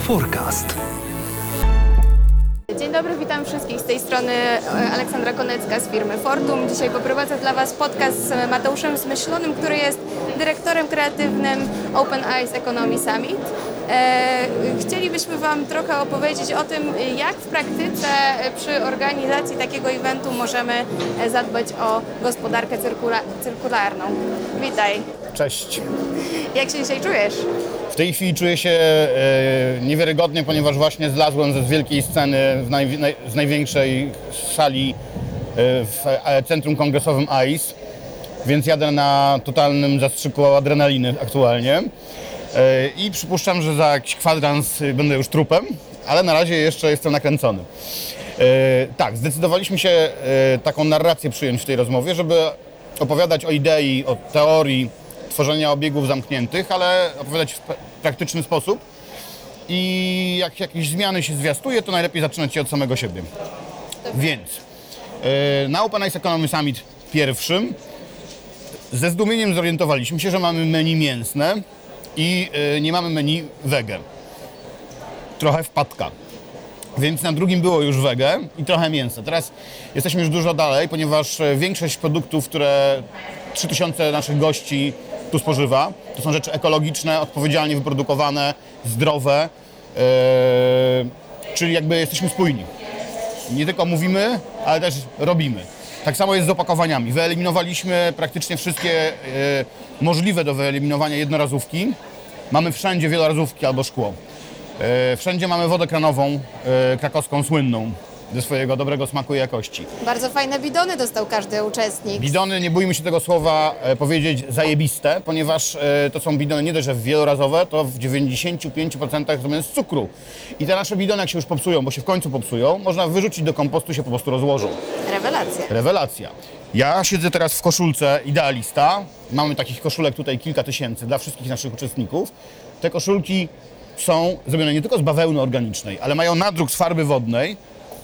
Forecast. Dzień dobry, witam wszystkich. Z tej strony Aleksandra Konecka z firmy Fortum. Dzisiaj poprowadzę dla Was podcast z Mateuszem Zmyślonym, który jest dyrektorem kreatywnym Open Eyes Economy Summit. Chcielibyśmy Wam trochę opowiedzieć o tym, jak w praktyce przy organizacji takiego eventu możemy zadbać o gospodarkę cyrkularną. Witaj. Cześć. Jak się dzisiaj czujesz? W tej chwili czuję się niewiarygodnie, ponieważ właśnie zlazłem z wielkiej sceny z największej sali w Centrum Kongresowym AIS, więc jadę na totalnym zastrzyku adrenaliny aktualnie i przypuszczam, że za jakiś kwadrans będę już trupem, ale na razie jeszcze jestem nakręcony. Tak, zdecydowaliśmy się taką narrację przyjąć w tej rozmowie, żeby opowiadać o idei, o teorii tworzenia obiegów zamkniętych, ale opowiadać w praktyczny sposób. I jak jakieś zmiany się zwiastuje, to najlepiej zaczynać je od samego siebie. Więc na Open Eyes Economy Summit pierwszym ze zdumieniem zorientowaliśmy się, że mamy menu mięsne i nie mamy menu wege. Trochę wpadka. Więc na drugim było już wege i trochę mięsa. Teraz jesteśmy już dużo dalej, ponieważ większość produktów, które 3000 naszych gości tu spożywa, to są rzeczy ekologiczne, odpowiedzialnie wyprodukowane, zdrowe, czyli jakby jesteśmy spójni. Nie tylko mówimy, ale też robimy. Tak samo jest z opakowaniami. Wyeliminowaliśmy praktycznie wszystkie możliwe do wyeliminowania jednorazówki. Mamy wszędzie wielorazówki albo szkło. Wszędzie mamy wodę kranową, krakowską, słynną, ze swojego dobrego smaku i jakości. Bardzo fajne bidony dostał każdy uczestnik. Bidony, nie bójmy się tego słowa powiedzieć, zajebiste, ponieważ to są bidony nie dość, że wielorazowe, to w 95% to jest cukru. I te nasze bidony, jak się już popsują, bo się w końcu popsują, można wyrzucić do kompostu, się po prostu rozłożą. Rewelacja. Rewelacja. Ja siedzę teraz w koszulce Idealista. Mamy takich koszulek tutaj kilka tysięcy dla wszystkich naszych uczestników. Te koszulki są zrobione nie tylko z bawełny organicznej, ale mają nadruk z farby wodnej,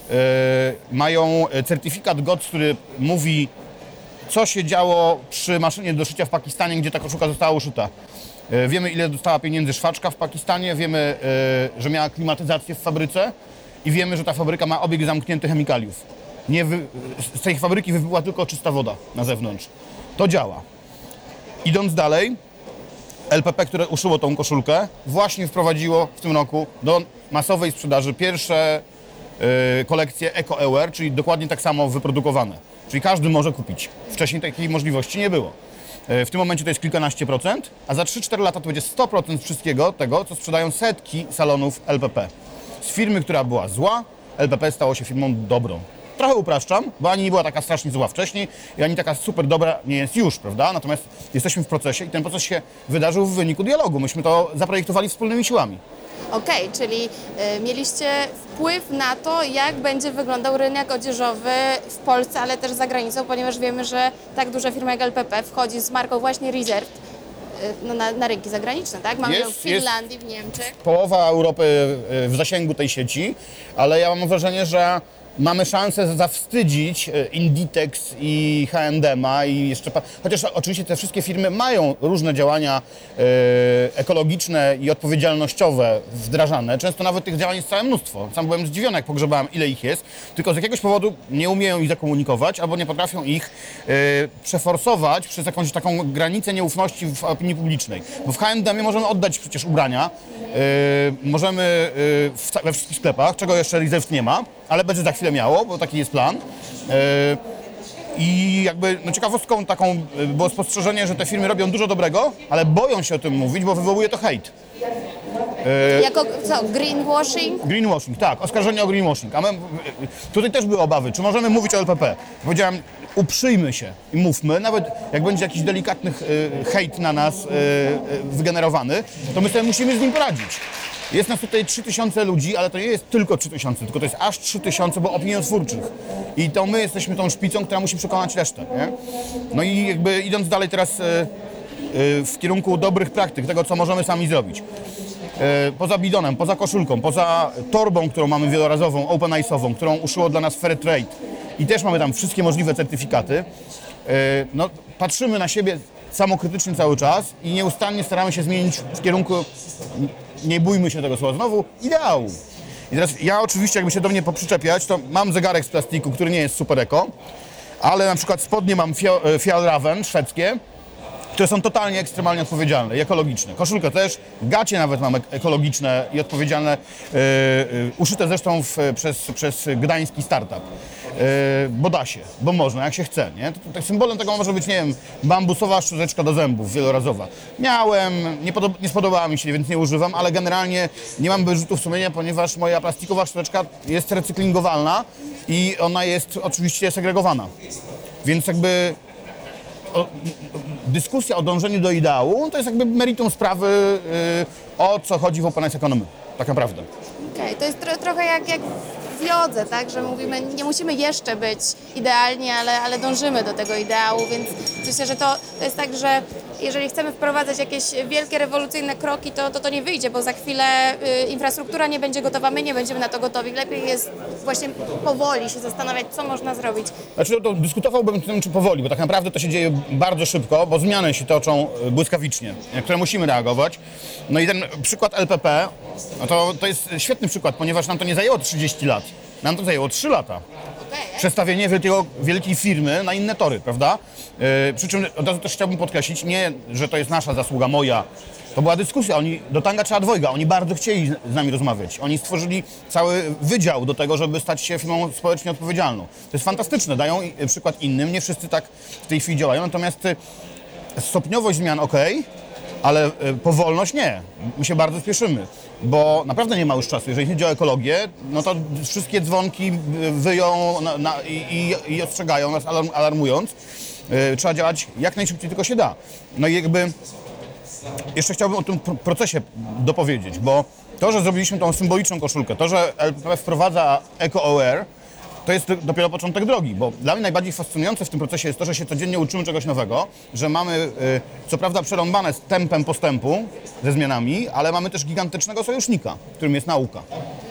mają certyfikat GOTS, który mówi, co się działo przy maszynie do szycia w Pakistanie, gdzie ta koszulka została uszyta. Wiemy, ile dostała pieniędzy szwaczka w Pakistanie, wiemy, że miała klimatyzację w fabryce i wiemy, że ta fabryka ma obieg zamknięty chemikaliów. Z tej fabryki wypływa tylko czysta woda na zewnątrz. To działa. Idąc dalej, LPP, które uszyło tą koszulkę, właśnie wprowadziło w tym roku do masowej sprzedaży pierwsze kolekcje Eco-Ewear, czyli dokładnie tak samo wyprodukowane. Czyli każdy może kupić. Wcześniej takiej możliwości nie było. W tym momencie to jest kilkanaście procent, a za 3-4 lata to będzie 100% wszystkiego tego, co sprzedają setki salonów LPP. Z firmy, która była zła, LPP stało się firmą dobrą. Trochę upraszczam, bo ani nie była taka strasznie zła wcześniej i ani taka super dobra nie jest już, prawda? Natomiast jesteśmy w procesie i ten proces się wydarzył w wyniku dialogu. Myśmy to zaprojektowali wspólnymi siłami. Okej, czyli mieliście wpływ na to, jak będzie wyglądał rynek odzieżowy w Polsce, ale też za granicą, ponieważ wiemy, że tak duża firma jak LPP wchodzi z marką właśnie Reserved na rynki zagraniczne, tak? Mamy ją w Finlandii, w Niemczech. Połowa Europy w zasięgu tej sieci, ale ja mam wrażenie, że mamy szansę zawstydzić Inditex i H&M-a i jeszcze... Chociaż oczywiście te wszystkie firmy mają różne działania ekologiczne i odpowiedzialnościowe wdrażane. Często nawet tych działań jest całe mnóstwo. Sam byłem zdziwiony, jak pogrzebałem, ile ich jest. Tylko z jakiegoś powodu nie umieją ich zakomunikować albo nie potrafią ich przeforsować przez jakąś taką granicę nieufności w opinii publicznej. Bo w H&M możemy oddać przecież ubrania, możemy we wszystkich sklepach, czego jeszcze Reserved nie ma, ale będzie za chwilę miało, bo taki jest plan. I jakby ciekawostką taką było spostrzeżenie, że te firmy robią dużo dobrego, ale boją się o tym mówić, bo wywołuje to hejt. Jako co? Greenwashing? Greenwashing, tak, oskarżenie o greenwashing. A my, tutaj też były obawy, czy możemy mówić o LPP. Powiedziałem, uprzyjmy się i mówmy, nawet jak będzie jakiś delikatny hejt na nas wygenerowany, to my sobie musimy z nim poradzić. Jest nas tutaj 3000 ludzi, ale to nie jest tylko 3000, tylko to jest aż 3000, bo opiniotwórczych. I to my jesteśmy tą szpicą, która musi przekonać resztę, nie? No i jakby idąc dalej teraz w kierunku dobrych praktyk, tego co możemy sami zrobić. Poza bidonem, poza koszulką, poza torbą, którą mamy wielorazową, open eyesową, którą uszyło dla nas Fair Trade i też mamy tam wszystkie możliwe certyfikaty, no patrzymy na siebie samokrytyczny cały czas i nieustannie staramy się zmienić w kierunku, nie bójmy się tego słowa znowu, ideału. I teraz ja oczywiście, jakby się do mnie poprzyczepiać, to mam zegarek z plastiku, który nie jest super eko, ale na przykład spodnie mam Fjällräven szwedzkie, które są totalnie ekstremalnie odpowiedzialne i ekologiczne. Koszulkę też, gacie nawet mam ekologiczne i odpowiedzialne, uszyte zresztą przez gdański startup. Bo da się, bo można, jak się chce, nie? Tak symbolem tego może być, nie wiem, bambusowa szczoteczka do zębów wielorazowa. Miałem, nie spodobała mi się, więc nie używam, ale generalnie nie mam wyrzutów sumienia, ponieważ moja plastikowa szczoteczka jest recyklingowalna i ona jest oczywiście segregowana. Więc jakby dyskusja o dążeniu do ideału to jest jakby meritum sprawy, o co chodzi w Open Ice Economy, tak naprawdę. Okej, to jest trochę jak w jodze, tak, że mówimy, nie musimy jeszcze być idealni, ale dążymy do tego ideału, więc myślę, że to jest tak, że jeżeli chcemy wprowadzać jakieś wielkie, rewolucyjne kroki, to nie wyjdzie, bo za chwilę infrastruktura nie będzie gotowa, my nie będziemy na to gotowi. Lepiej jest właśnie powoli się zastanawiać, co można zrobić. Znaczy, to dyskutowałbym o tym, czy powoli, bo tak naprawdę to się dzieje bardzo szybko, bo zmiany się toczą błyskawicznie, na które musimy reagować. No i ten przykład LPP, no to jest świetny przykład, ponieważ nam to nie zajęło 30 lat, nam to zajęło 3 lata. Przestawienie wielkiej firmy na inne tory, prawda? Przy czym od razu też chciałbym podkreślić, nie, że to jest nasza zasługa, moja. To była dyskusja, do tanga trzeba dwojga, oni bardzo chcieli z nami rozmawiać. Oni stworzyli cały wydział do tego, żeby stać się firmą społecznie odpowiedzialną. To jest fantastyczne, dają przykład innym, nie wszyscy tak w tej chwili działają, natomiast stopniowość zmian ale powolność nie. My się bardzo spieszymy, bo naprawdę nie ma już czasu. Jeżeli chodzi o ekologię, no to wszystkie dzwonki wyją i ostrzegają nas, alarmując. Trzeba działać jak najszybciej tylko się da. No i jakby jeszcze chciałbym o tym procesie dopowiedzieć, bo to, że zrobiliśmy tą symboliczną koszulkę, to, że LPP wprowadza EcoOR, to jest dopiero początek drogi, bo dla mnie najbardziej fascynujące w tym procesie jest to, że się codziennie uczymy czegoś nowego, że mamy co prawda przerąbane z tempem postępu, ze zmianami, ale mamy też gigantycznego sojusznika, którym jest nauka.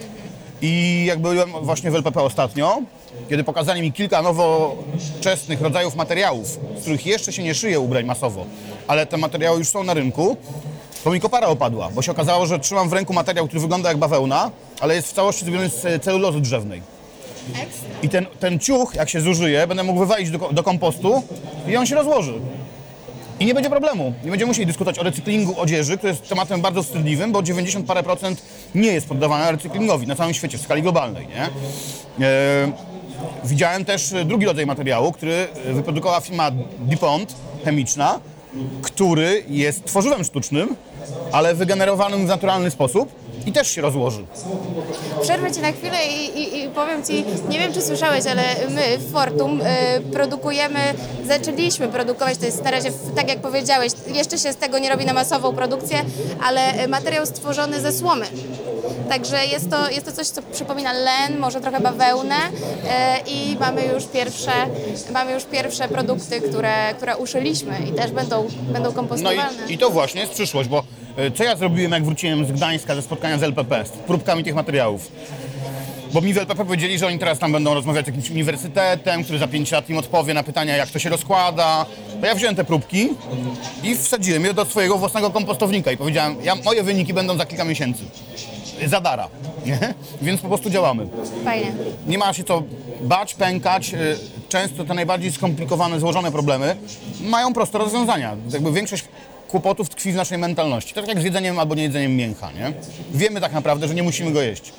I jak byłem właśnie w LPP ostatnio, kiedy pokazali mi kilka nowoczesnych rodzajów materiałów, z których jeszcze się nie szyje ubrań masowo, ale te materiały już są na rynku, to mi kopara opadła, bo się okazało, że trzymam w ręku materiał, który wygląda jak bawełna, ale jest w całości zrobiony z celulozy drzewnej. I ten ciuch, jak się zużyje, będę mógł wywalić do kompostu i on się rozłoży. I nie będzie problemu. Nie będziemy musieli dyskutować o recyklingu odzieży, który jest tematem bardzo wstydliwym, bo 90 parę procent nie jest poddawane recyklingowi na całym świecie, w skali globalnej, nie? Widziałem też drugi rodzaj materiału, który wyprodukowała firma DuPont chemiczna, który jest tworzywem sztucznym, ale wygenerowanym w naturalny sposób i też się rozłoży. Przerwę Ci na chwilę i powiem Ci, nie wiem czy słyszałeś, ale my w Fortum zaczęliśmy produkować, to jest na razie, tak jak powiedziałeś, jeszcze się z tego nie robi na masową produkcję, ale materiał stworzony ze słomy. Także jest to coś, co przypomina len, może trochę bawełnę i mamy już pierwsze produkty, które uszyliśmy i też będą kompostowalne. No i to właśnie jest przyszłość, bo co ja zrobiłem, jak wróciłem z Gdańska ze spotkania z LPP, z próbkami tych materiałów? Bo mi w LPP powiedzieli, że oni teraz tam będą rozmawiać z jakimś uniwersytetem, który za 5 lat im odpowie na pytania, jak to się rozkłada. To ja wziąłem te próbki i wsadziłem je do swojego własnego kompostownika i powiedziałem, moje wyniki będą za kilka miesięcy. Za dara, nie? Więc po prostu działamy. Fajnie. Nie ma się co bać, pękać. Często te najbardziej skomplikowane, złożone problemy mają proste rozwiązania. Jakby większość kłopotów tkwi w naszej mentalności. Tak jak z jedzeniem albo nie jedzeniem mięcha, nie? Wiemy tak naprawdę, że nie musimy go jeść.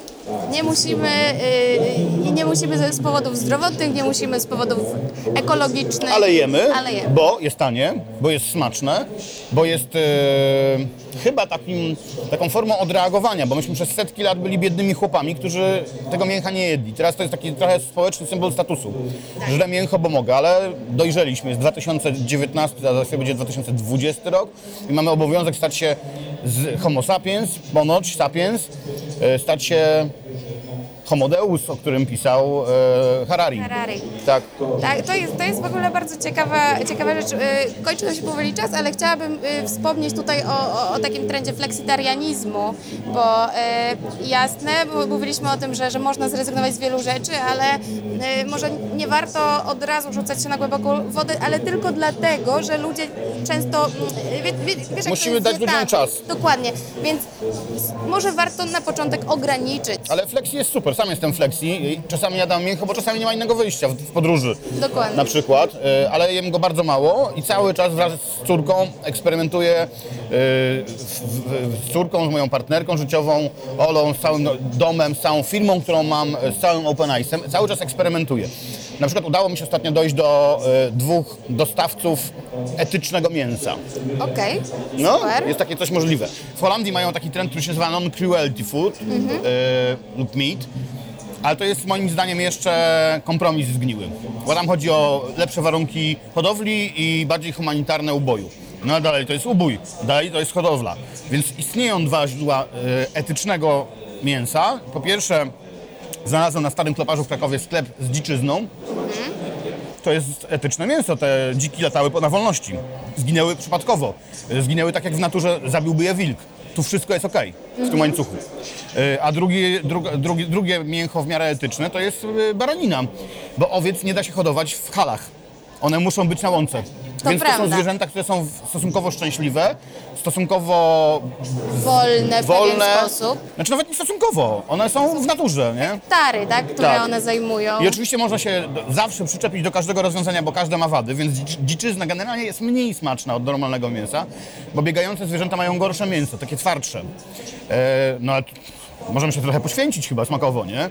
Nie musimy z powodów zdrowotnych, nie musimy z powodów ekologicznych. Ale jemy, bo jest tanie, bo jest smaczne, bo jest chyba taką formą odreagowania, bo myśmy przez setki lat byli biednymi chłopami, którzy tego mięcha nie jedli. Teraz to jest taki trochę społeczny symbol statusu. Tak. Żrę mięcho, bo mogę, ale dojrzeliśmy. Jest 2019, a za chwilę będzie 2020 rok i mamy obowiązek stać się z homo sapiens, ponoć sapiens, stać się Homo Deus, o którym pisał Harari. Tak. Tak, to jest w ogóle bardzo ciekawa rzecz. Kończy nam się powoli czas, ale chciałabym wspomnieć tutaj o takim trendzie fleksitarianizmu, bo jasne, bo mówiliśmy o tym, że można zrezygnować z wielu rzeczy, ale może nie warto od razu rzucać się na głęboką wodę, ale tylko dlatego, że ludzie często... Wiesz, jak Musimy to jest, dać ludziom tak, czas. Dokładnie, więc może warto na początek ograniczyć. Ale flexi jest super, sam jestem flexi i czasami jadam mięcho, bo czasami nie ma innego wyjścia w podróży. Dokładnie. Na przykład, ale jem go bardzo mało i cały czas wraz z córką eksperymentuję z córką, z moją partnerką życiową, Olą, z całym domem, z całą firmą, którą mam, z całym Open Ice'em. Cały czas eksperymentuję. Na przykład udało mi się ostatnio dojść do 2 dostawców etycznego mięsa. Okej, No, super. jest takie coś możliwe. W Holandii mają taki trend, który się nazywa non-cruelty food lub meat, ale to jest moim zdaniem jeszcze kompromis zgniły. Bo tam chodzi o lepsze warunki hodowli i bardziej humanitarne uboju. No a dalej to jest ubój, dalej to jest hodowla. Więc istnieją 2 źródła etycznego mięsa. Po pierwsze, znalazłem na Starym Kloparzu w Krakowie sklep z dziczyzną. To jest etyczne mięso, te dziki latały na wolności. Zginęły przypadkowo. Zginęły tak jak w naturze zabiłby je wilk. Tu wszystko jest okej w tym łańcuchu. A drugie mięcho w miarę etyczne to jest baranina, bo owiec nie da się hodować w halach. One muszą być na łące. Więc to są prawda. zwierzęta, które są stosunkowo szczęśliwe, stosunkowo Wolne w pewien sposób. Znaczy nawet nie stosunkowo, one są w naturze, nie? Tary, tak, które Tak. one zajmują. I oczywiście można się zawsze przyczepić do każdego rozwiązania, bo każde ma wady, więc dziczyzna generalnie jest mniej smaczna od normalnego mięsa, bo biegające zwierzęta mają gorsze mięso, takie twardsze. No ale możemy się trochę poświęcić chyba smakowo, nie?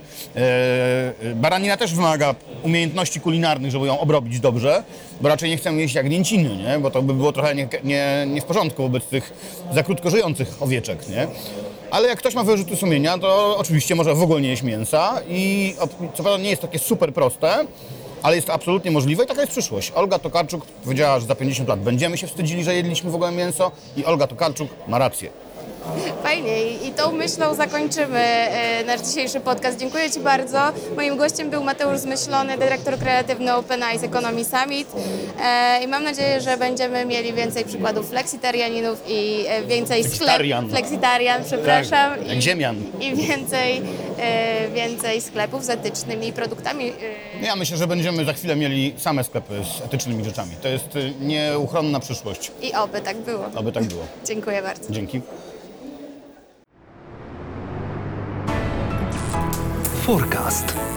Baranina też wymaga umiejętności kulinarnych, żeby ją obrobić dobrze, bo raczej nie chcemy jeść jak jagnięciny, nie? Bo to by było trochę nie w porządku wobec tych za krótko żyjących owieczek, nie? Ale jak ktoś ma wyrzuty sumienia, to oczywiście może w ogóle nie jeść mięsa i co prawda nie jest takie super proste, ale jest to absolutnie możliwe i taka jest przyszłość. Olga Tokarczuk powiedziała, że za 50 lat będziemy się wstydzili, że jedliśmy w ogóle mięso i Olga Tokarczuk ma rację. Fajnie i tą myślą zakończymy nasz dzisiejszy podcast. Dziękuję Ci bardzo. Moim gościem był Mateusz Zmyślony, dyrektor kreatywny Open Ice Economy Summit i mam nadzieję, że będziemy mieli więcej przykładów fleksitarianinów i więcej Fleksitarian. Fleksitarian, przepraszam. Tak, jak ziemian. I więcej sklepów z etycznymi produktami. Ja myślę, że będziemy za chwilę mieli same sklepy z etycznymi rzeczami. To jest nieuchronna przyszłość. I oby tak było. Oby tak było. Dziękuję bardzo. Dzięki. Forecast.